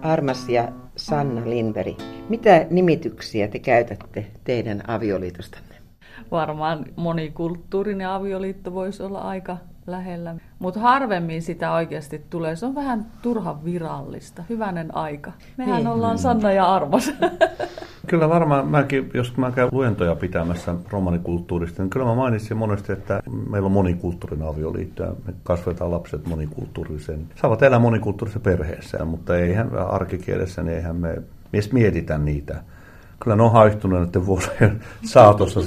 Armas ja Sanna Lindberg. Mitä nimityksiä te käytätte teidän avioliitostanne? Varmaan monikulttuurinen avioliitto voisi olla aika lähellä, mutta harvemmin sitä oikeasti tulee. Se on vähän turhan virallista. Hyvänen aika. Mehän ollaan Sanna ja Armas. Kyllä varmaan mäkin, jos mä käyn luentoja pitämässä romanikulttuurista, niin kyllä mä mainitsin monesti, että meillä on monikulttuurinen avioliitto ja me kasvetaan lapset monikulttuurisen. Saavat elää monikulttuurisessa perheessä, mutta eihän arkikielessä, niin eihän me edes mietitä niitä. Kyllä ne on haihtunut näiden vuosien saatossa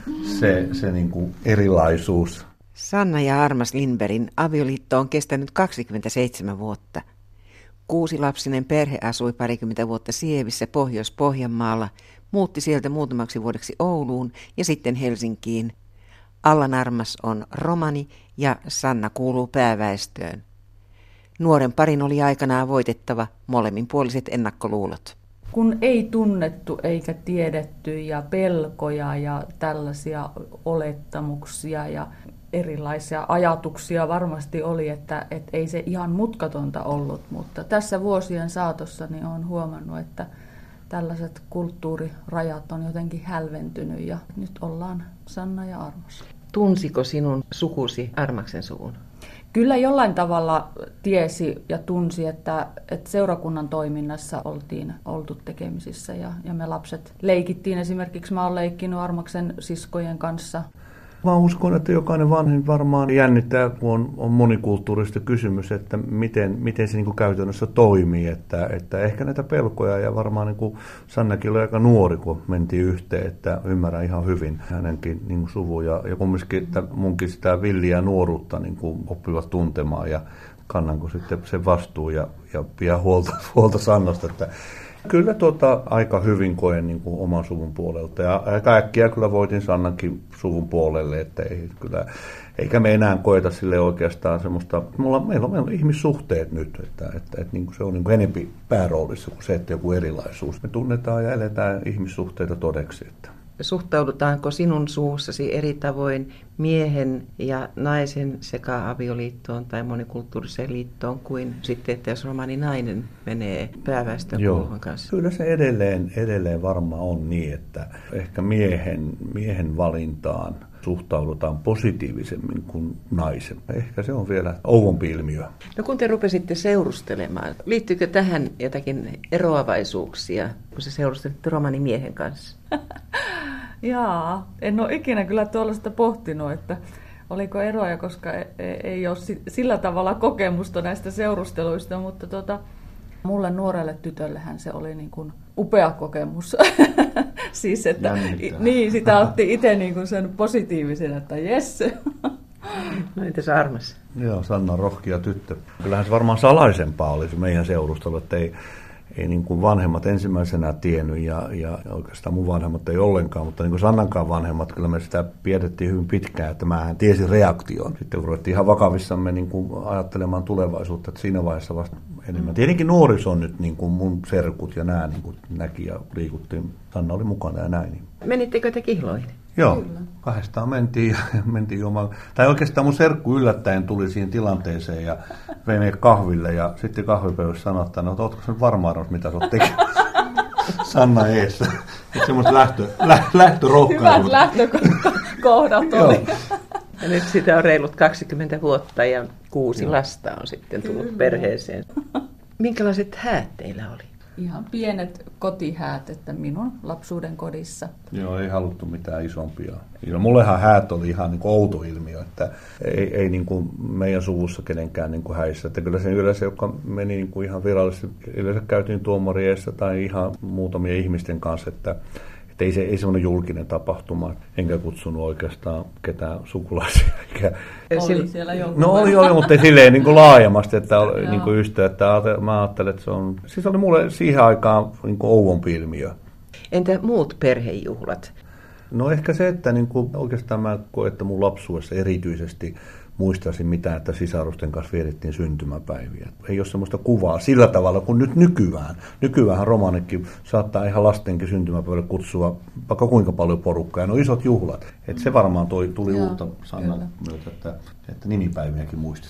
se niin kuin erilaisuus. Sanna ja Armas Lindbergin avioliitto on kestänyt 27 vuotta. 6-lapsinen perhe asui parikymmentä vuotta Sievissä Pohjois-Pohjanmaalla, muutti sieltä muutamaksi vuodeksi Ouluun ja sitten Helsinkiin. Allan Armas on romani ja Sanna kuuluu pääväestöön. Nuoren parin oli aikanaan voitettava molemminpuoliset ennakkoluulot. Kun ei tunnettu eikä tiedetty ja pelkoja ja tällaisia olettamuksia ja erilaisia ajatuksia varmasti oli, että ei se ihan mutkatonta ollut, mutta tässä vuosien saatossa niin olen huomannut, että tällaiset kulttuurirajat on jotenkin hälventynyt ja nyt ollaan Sanna ja Armas. Tunsiko sinun sukusi Armaksen suvun? Kyllä jollain tavalla tiesi ja tunsi, että seurakunnan toiminnassa oltiin oltu tekemisissä ja me lapset leikittiin. Esimerkiksi mä olen leikkinyt Armaksen siskojen kanssa. Mä uskon, että jokainen vanhin varmaan jännittää, kun on monikulttuurista kysymys, että miten se niin kuin käytännössä toimii. Että ehkä näitä pelkoja ja varmaan niin kuin Sannakin oli aika nuori, kun mentiin yhteen, että ymmärrän ihan hyvin hänenkin niin kuin suvun. Ja kumminkin että munkin sitä villiä nuoruutta niin kuin oppivat tuntemaan ja kannanko sitten sen vastuun ja pidän huolta Sannasta, että kyllä aika hyvin koen niin kuin oman suvun puolelta ja aika äkkiä kyllä voitin Sannankin suvun puolelle, että eikä me enää koeta sille oikeastaan semmoista, meillä on ihmissuhteet nyt, että niin kuin se on niin kuin enempi pääroolissa kuin se, että joku erilaisuus. Me tunnetaan ja eletään ihmissuhteita todeksi. Että. Suhtaudutaanko sinun suvussasi eri tavoin miehen ja naisen sekä avioliittoon tai monikulttuuriseen liittoon kuin sitten, että jos romaninainen menee pääväestön kuuluvan kanssa? Kyllä se edelleen varmaan on niin, että ehkä miehen valintaan suhtaudutaan positiivisemmin kuin naisen. Ehkä se on vielä ouvompi ilmiö. No kun te rupesitte seurustelemaan, liittyykö tähän jotakin eroavaisuuksia, kun se seurustelitte romanimiehen kanssa? Jaa, en ole ikinä kyllä tuollaista pohtinut, että oliko eroja, koska ei ole sillä tavalla kokemusta näistä seurusteluista, mutta mulle nuorelle tytöllehän se oli niin kuin upea kokemus. Siis, että niin, sitä otti itse niin kuin sen positiivisena, että jes. No entäs Armas? Joo, Sanna on rohkea tyttö. Kyllähän se varmaan salaisempaa olisi meidän seurustelu, että ei niin kuin vanhemmat ensimmäisenä tiennyt ja oikeastaan mun vanhemmat ei ollenkaan, mutta niin kuin Sannankaan vanhemmat, kyllä me sitä piedettiin hyvin pitkään, että mähän tiesin reaktion. Sitten ruvettiin ihan vakavissamme niin kuin ajattelemaan tulevaisuutta, että siinä vaiheessa vasta enemmän. Tietenkin nuoriso on nyt niin kuin mun serkut ja nää niin kuin näki ja liikuttiin. Sanna oli mukana ja näin. Menittekö te kihloihin? Joo, kyllä. 2 mentiin omaan. Tai oikeastaan mun serkku yllättäen tuli siihen tilanteeseen ja vei meidät kahville ja sitten kahvipöydässä sanoi, että no ootko sä varmaan Armas, mitä sä oot tekemässä? Sanna eessä. Että semmoista lähtörohkaisuutta. Hyvät lähtökohdat oli. Ja nyt sitä on reilut 20 vuotta ja 6 lasta on sitten tullut perheeseen. Minkälaiset häät teillä oli? Ihan pienet kotihäät, että minun lapsuuden kodissa. Joo, ei haluttu mitään isompia. Mullehan häät oli ihan niin kuin outo ilmiö, että ei niin kuin meidän suvussa kenenkään niin kuin häissä. Että kyllä se yleensä, joka meni niin kuin ihan virallisesti, yleensä käytiin tuomarieessa tai ihan muutamien ihmisten kanssa, että ei semmoinen julkinen tapahtuma, enkä kutsunut oikeastaan ketään sukulaisia. Oli siellä jonkun. No oli, mutta ei silleen niin kuin laajemmasti, että niin kuin ystä, että mä ajattelin, että se on, siis oli mulle siihen aikaan niin kuin ouvompi ilmiö. Entä muut perhejuhlat? No ehkä se, että niin kuin oikeastaan mä koen, että mun lapsuudessa erityisesti muistaisin mitään, että sisarusten kanssa vietettiin syntymäpäiviä. Ei ole semmoista kuvaa sillä tavalla kuin nyt nykyään. Nykyään romanikin saattaa ihan lastenkin syntymäpäivälle kutsua vaikka kuinka paljon porukkaa. Ja ne on isot juhlat. Että se varmaan tuli uutta Sannan myötä, että nimipäiviäkin muistettiin.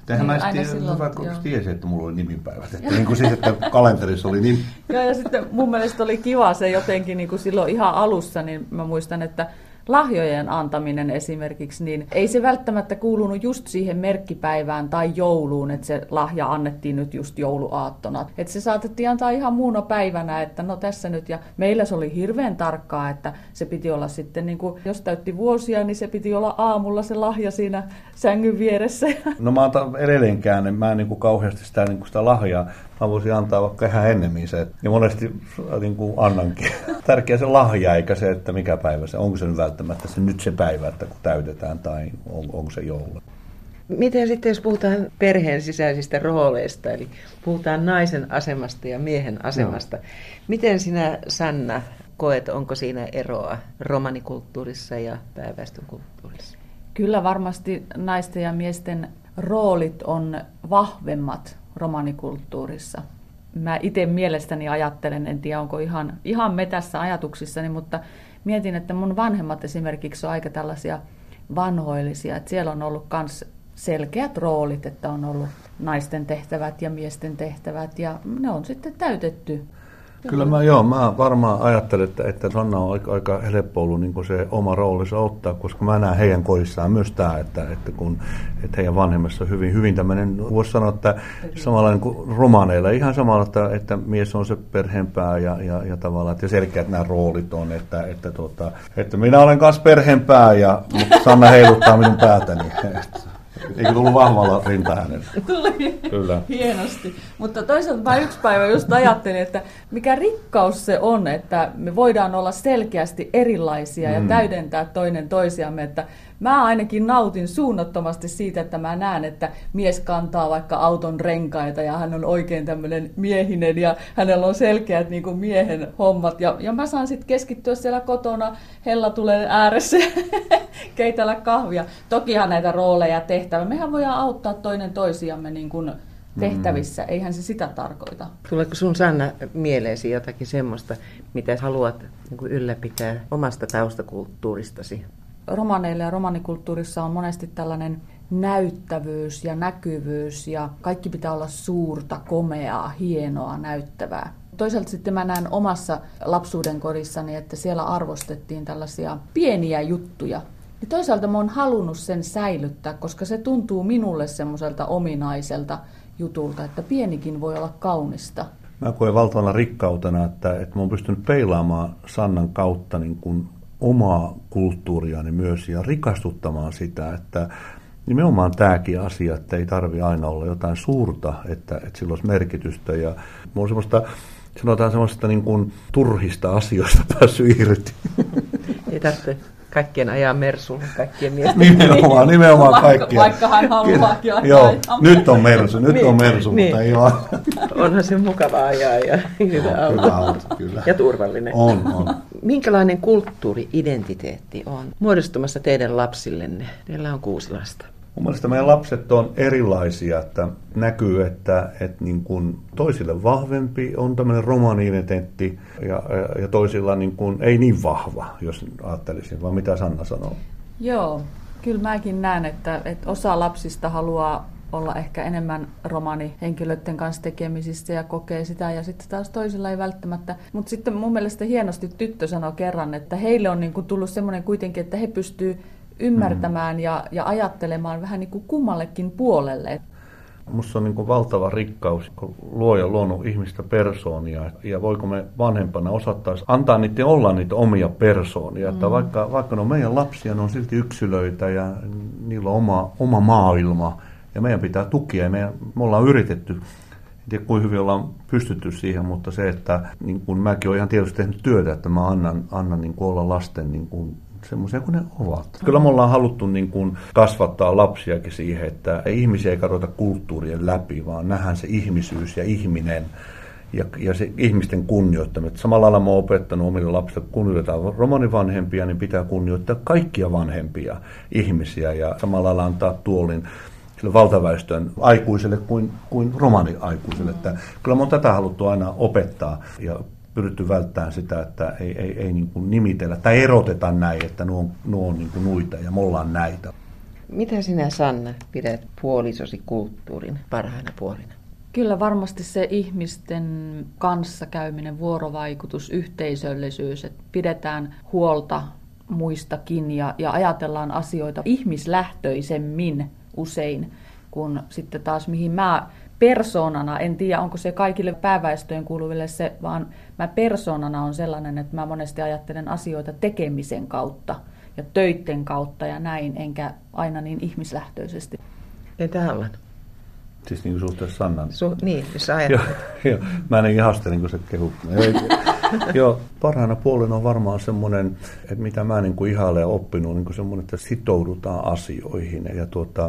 Tehän tiesi, että mulla oli nimipäivät. Että niin kuin siis, että kalenterissa oli nimi. Joo, ja sitten mun mielestä oli kiva se jotenkin niin kuin silloin ihan alussa, niin mä muistan, että lahjojen antaminen esimerkiksi, niin ei se välttämättä kuulunut just siihen merkkipäivään tai jouluun, että se lahja annettiin nyt just jouluaattona. Että se saatettiin antaa ihan muuna päivänä, että no tässä nyt, ja meillä se oli hirveän tarkkaa, että se piti olla sitten, niin kuin, jos täytti vuosia, niin se piti olla aamulla se lahja siinä sängyn vieressä. No mä otan edelleenkään, mä en niin kuin kauheasti sitä lahjaa. Mä voisin antaa vaikka ihan ennemmin se. Ja monesti niin kuin annankin. Tärkeä se lahja, eikä se, että mikä päivä se. Onko se nyt välttämättä se nyt se päivä, että kun täytetään, tai onko se joulu. Miten sitten, jos puhutaan perheen sisäisistä rooleista, eli puhutaan naisen asemasta ja miehen asemasta. No. Miten sinä, Sanna, koet, onko siinä eroa romanikulttuurissa ja pääväestön kulttuurissa? Kyllä varmasti naisten ja miesten roolit on vahvemmat romanikulttuurissa. Mä itse mielestäni ajattelen, en tiedä onko ihan metässä ajatuksissani, mutta mietin, että mun vanhemmat esimerkiksi on aika tällaisia vanhoillisia, että siellä on ollut myös selkeät roolit, että on ollut naisten tehtävät ja miesten tehtävät ja ne on sitten täytetty. Kyllä mä varmaan ajattelen, että Sanna on aika helppo ollut niin se oma roolinsa ottaa, koska mä näen heidän kodissaan myös tämä, että heidän vanhemmassa on hyvin tämmöinen, voisi sanoa, että samanlainen kuin romaneilla, ihan samalla, että mies on se perheenpää ja tavallaan, että selkeät nämä roolit on, että minä olen kanssa perheenpää, mutta Sanna heiluttaa minun päätäni. Eikö tullut vahvalla rinta hänellä? Tuli. Kyllä. Hienosti. Mutta toisaalta mä yksi päivä just ajattelin, että mikä rikkaus se on, että me voidaan olla selkeästi erilaisia ja täydentää toinen toisiamme. Että mä ainakin nautin suunnattomasti siitä, että mä näen, että mies kantaa vaikka auton renkaita ja hän on oikein tämmöinen miehinen ja hänellä on selkeät niin kuin miehen hommat. Ja mä saan sitten keskittyä siellä kotona hellatulen ääressä keitellä kahvia. Tokihan näitä rooleja tehtävä. Mehän voidaan auttaa toinen toisiamme niin kuin tehtävissä. Eihän se sitä tarkoita. Tuleeko sun, Sanna, mieleesi jotakin semmoista, mitä haluat niin kuin ylläpitää omasta taustakulttuuristasi? Romaneilla ja romanikulttuurissa on monesti tällainen näyttävyys ja näkyvyys ja kaikki pitää olla suurta, komeaa, hienoa, näyttävää. Toisaalta sitten mä näen omassa lapsuuden kodissani, että siellä arvostettiin tällaisia pieniä juttuja. Ja toisaalta mä oon halunnut sen säilyttää, koska se tuntuu minulle semmoiselta ominaiselta jutulta, että pienikin voi olla kaunista. Mä koen valtavana rikkautena, että mä oon pystynyt peilaamaan Sannan kautta niin kuin omaa kulttuuriani myös ja rikastuttamaan sitä, että nimenomaan tämäkin asia, että ei tarvitse aina olla jotain suurta, että sillä olisi merkitystä. Ja mulla on semmoista, sanotaan semmoista niin kuin turhista asioista päässyt irti. Ei tarvitse kaikkien ajaa Mersulla, kaikkien miesten. Nimenomaan kaikkien. Vaikka hän haluaakin ajaa. Joo, nyt on Mersu, mutta ei ole. Onhan se mukava ajaa ja hyvä auto. Kyllä. Ja turvallinen. On. Minkälainen kulttuuri-identiteetti on muodostumassa teidän lapsillenne? Teillä on 6 lasta. Mun mielestä meidän lapset on erilaisia, että näkyy, että niin kuin toisille vahvempi on tämmöinen romani-identiteetti ja toisilla niin kuin ei niin vahva, jos ajattelisin, vaan mitä Sanna sanoo. Joo, kyllä mäkin näen, että osa lapsista haluaa olla ehkä enemmän romanihenkilöiden kanssa tekemisissä ja kokee sitä, ja sitten taas toisilla ei välttämättä. Mutta sitten mun mielestä hienosti tyttö sanoi kerran, että heille on niin kuin tullut semmoinen kuitenkin, että he pystyvät ymmärtämään ja ajattelemaan vähän niin kuin kummallekin puolelle. Minusta on niin kuin valtava rikkaus, kun luoja on luonut ihmistä persoonia, ja voiko me vanhempana osattaisi antaa niiden olla niitä omia persoonia, että vaikka ne on meidän lapsia, ne on silti yksilöitä ja niillä on oma maailma, ja meidän pitää tukia, ja me ollaan yritetty, en tiedä kuinka hyvin ollaan pystytty siihen, mutta se, että niin kuin mäkin olen ihan tietysti tehnyt työtä, että mä annan niin kuin olla lasten niin kuin semmoisia kuin ne ovat. Kyllä me ollaan haluttu niin kuin kasvattaa lapsiakin siihen, että ihmisiä ei katsota kulttuurien läpi, vaan nähdään se ihmisyys ja ihminen ja se ihmisten kunnioittaminen. Samalla lailla mä oon opettanut omille lapsille, kun kunnioitetaan romanivanhempia, niin pitää kunnioittaa kaikkia vanhempia ihmisiä ja samalla lailla antaa tuolin sille valtaväestön aikuiselle kuin romani-aikuiselle. Että kyllä me on tätä haluttu aina opettaa ja pyritty välttämään sitä, että ei niin kuin nimitellä tai eroteta näin, että nuo on niin kuin nuita ja me ollaan näitä. Mitä sinä, Sanna, pidät puolisosi kulttuurin parhaana puolina? Kyllä varmasti se ihmisten kanssakäyminen, vuorovaikutus, yhteisöllisyys, että pidetään huolta muistakin ja ajatellaan asioita ihmislähtöisemmin usein, kun sitten taas mihin mä persoonana, en tiedä onko se kaikille pääväestöön kuuluville se, vaan mä persoonana on sellainen, että mä monesti ajattelen asioita tekemisen kautta ja töitten kautta ja näin, enkä aina niin ihmislähtöisesti. Entä Allan? Siis niin kuin suhteessa Sannan. Niin, jos sä ajattelet. Joo, mä en ihastele, niin kuin se kehu. Joo, parhaana puolena on varmaan semmoinen, että mitä mä niin kuin ihailen ja oppinut, niin kuin semmoinen, että sitoudutaan asioihin ja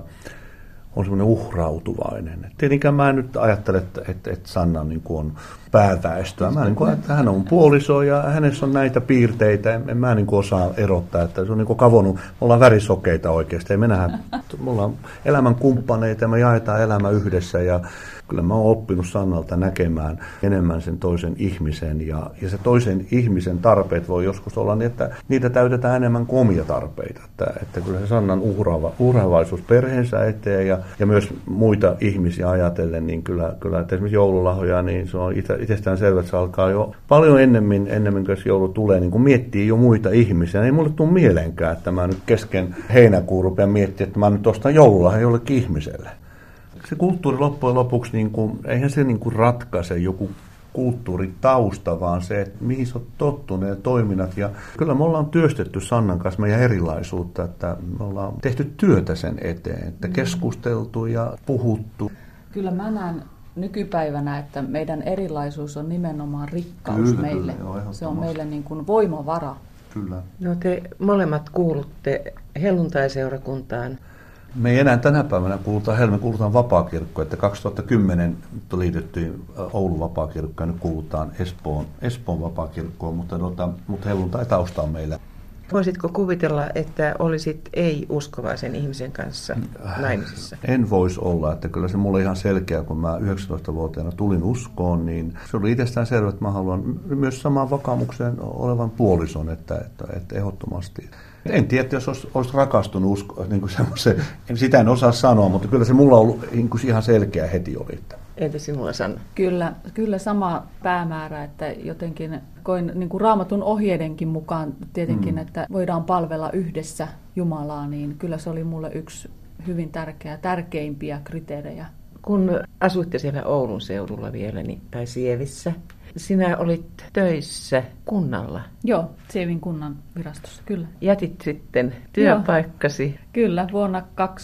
on semmoinen uhrautuvainen. Tietenkään mä en nyt ajattele, että Sanna niin kuin on pääväestöä. Mä niin kuin ajattelen, että hän on puoliso ja hänessä on näitä piirteitä. En mä niin kuin osaa erottaa, että se on niin kuin kavonnut. Me ollaan värisokeita oikeasti. Me ollaan elämän kumppaneita ja me jaetaan elämä yhdessä. Ja kyllä mä oon oppinut Sannalta näkemään enemmän sen toisen ihmisen. Ja se toisen ihmisen tarpeet voi joskus olla niin, että niitä täytetään enemmän kuin omia tarpeita. Että kyllä se Sannan uhraavaisuus perheensä eteen ja myös muita ihmisiä ajatellen, niin kyllä että esimerkiksi joululahjoja, niin se on itsestään selvä, että se alkaa jo paljon ennemmin kuin joulu tulee, niin kun miettii jo muita ihmisiä. Ei mulle tule mieleenkään, että mä nyt kesken heinäkuun rupean miettimään, että mä nyt ostan joululahjoja jollekin ihmiselle. Se kulttuuri loppujen lopuksi, niin kuin, eihän se niin kuin ratkaise joku kulttuuritausta, vaan se, että mihin sä oot tottunut ja toiminnat. Ja kyllä me ollaan työstetty Sannan kanssa meidän erilaisuutta, että me ollaan tehty työtä sen eteen, että keskusteltu ja puhuttu. Kyllä mä näen nykypäivänä, että meidän erilaisuus on nimenomaan rikkaus meille. Joo, se on meille niin kuin voimavara. Kyllä. No te molemmat kuulutte helluntaiseurakuntaan. Me ei enää tänä päivänä kuulutaan vapaakirkko, että 2010 liityttiin Oulun vapaakirkko ja nyt kuulutaan Espoon vapaakirkkoon, mutta helluntai-tausta on meillä. Voisitko kuvitella, että olisit ei-uskovaisen ihmisen kanssa naimisissa? En voisi olla, että kyllä se mulle ihan selkeä, kun mä 19-vuotiaana tulin uskoon, niin se oli itsestään selvä, että mä haluan myös samaan vakaumukseen olevan puolison, että ehdottomasti. En tiedä, jos olisi rakastunut niin sitä en osaa sanoa, mutta kyllä se mulla on ollut niin ihan selkeä heti oli. Entä sinulla, Sanna? Kyllä sama päämäärä, että jotenkin koin niin kuin Raamatun ohjeidenkin mukaan tietenkin, että voidaan palvella yhdessä Jumalaa, niin kyllä se oli mulle yksi hyvin tärkeimpiä kriteerejä. Kun asuitte siellä Oulun seudulla vielä, tai Sievissä, sinä olit töissä kunnalla. Joo, Sievin kunnan virastossa, kyllä. Jätit sitten työpaikkasi. Joo, kyllä, vuonna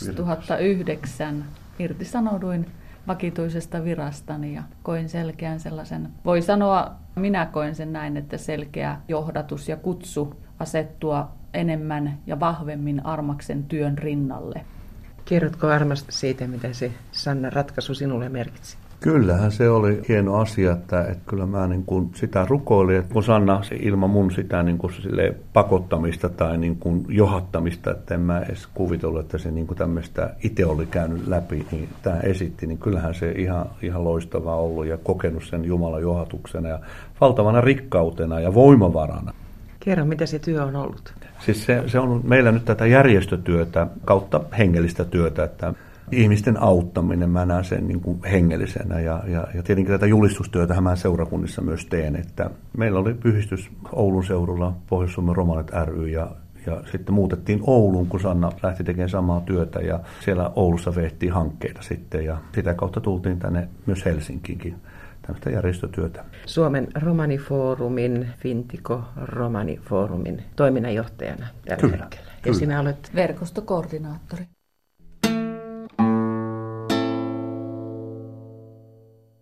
2009 irtisanouduin vakituisesta virastani ja koin selkeän sellaisen, voi sanoa, minä koin sen näin, että selkeä johdatus ja kutsu asettua enemmän ja vahvemmin Armaksen työn rinnalle. Kerrotko Armasta siitä, mitä se Sanna ratkaisu sinulle merkitsi? Kyllähän se oli hieno asia, että kyllä mä niin kuin sitä rukoilin, että kun Sanna ilman mun sitä niin kuin pakottamista tai niin kuin johattamista, että en mä edes kuvitellut, että se niin kuin tämmöistä itse oli käynyt läpi, niin tämä esitti, niin kyllähän se ihan loistavaa ollut ja kokenut sen Jumalan johatuksena ja valtavana rikkautena ja voimavarana. Kerro, mitä se työ on ollut? Siis se on meillä nyt tätä järjestötyötä kautta hengellistä työtä, että ihmisten auttaminen, mä näen sen niin kuin hengellisenä ja tietenkin tätä julistustyötä mä seurakunnissa myös teen, että meillä oli yhdistys Oulun seudulla Pohjois-Suomen romanit ry ja sitten muutettiin Ouluun, kun Sanna lähti tekemään samaa työtä ja siellä Oulussa veettiin hankkeita sitten ja sitä kautta tultiin tänne myös Helsinkiinkin tämmöistä järjestötyötä. Suomen romanifoorumin, Fintiko romanifoorumin toiminnanjohtajana tällä hetkellä. Ja sinä olet verkostokoordinaattori.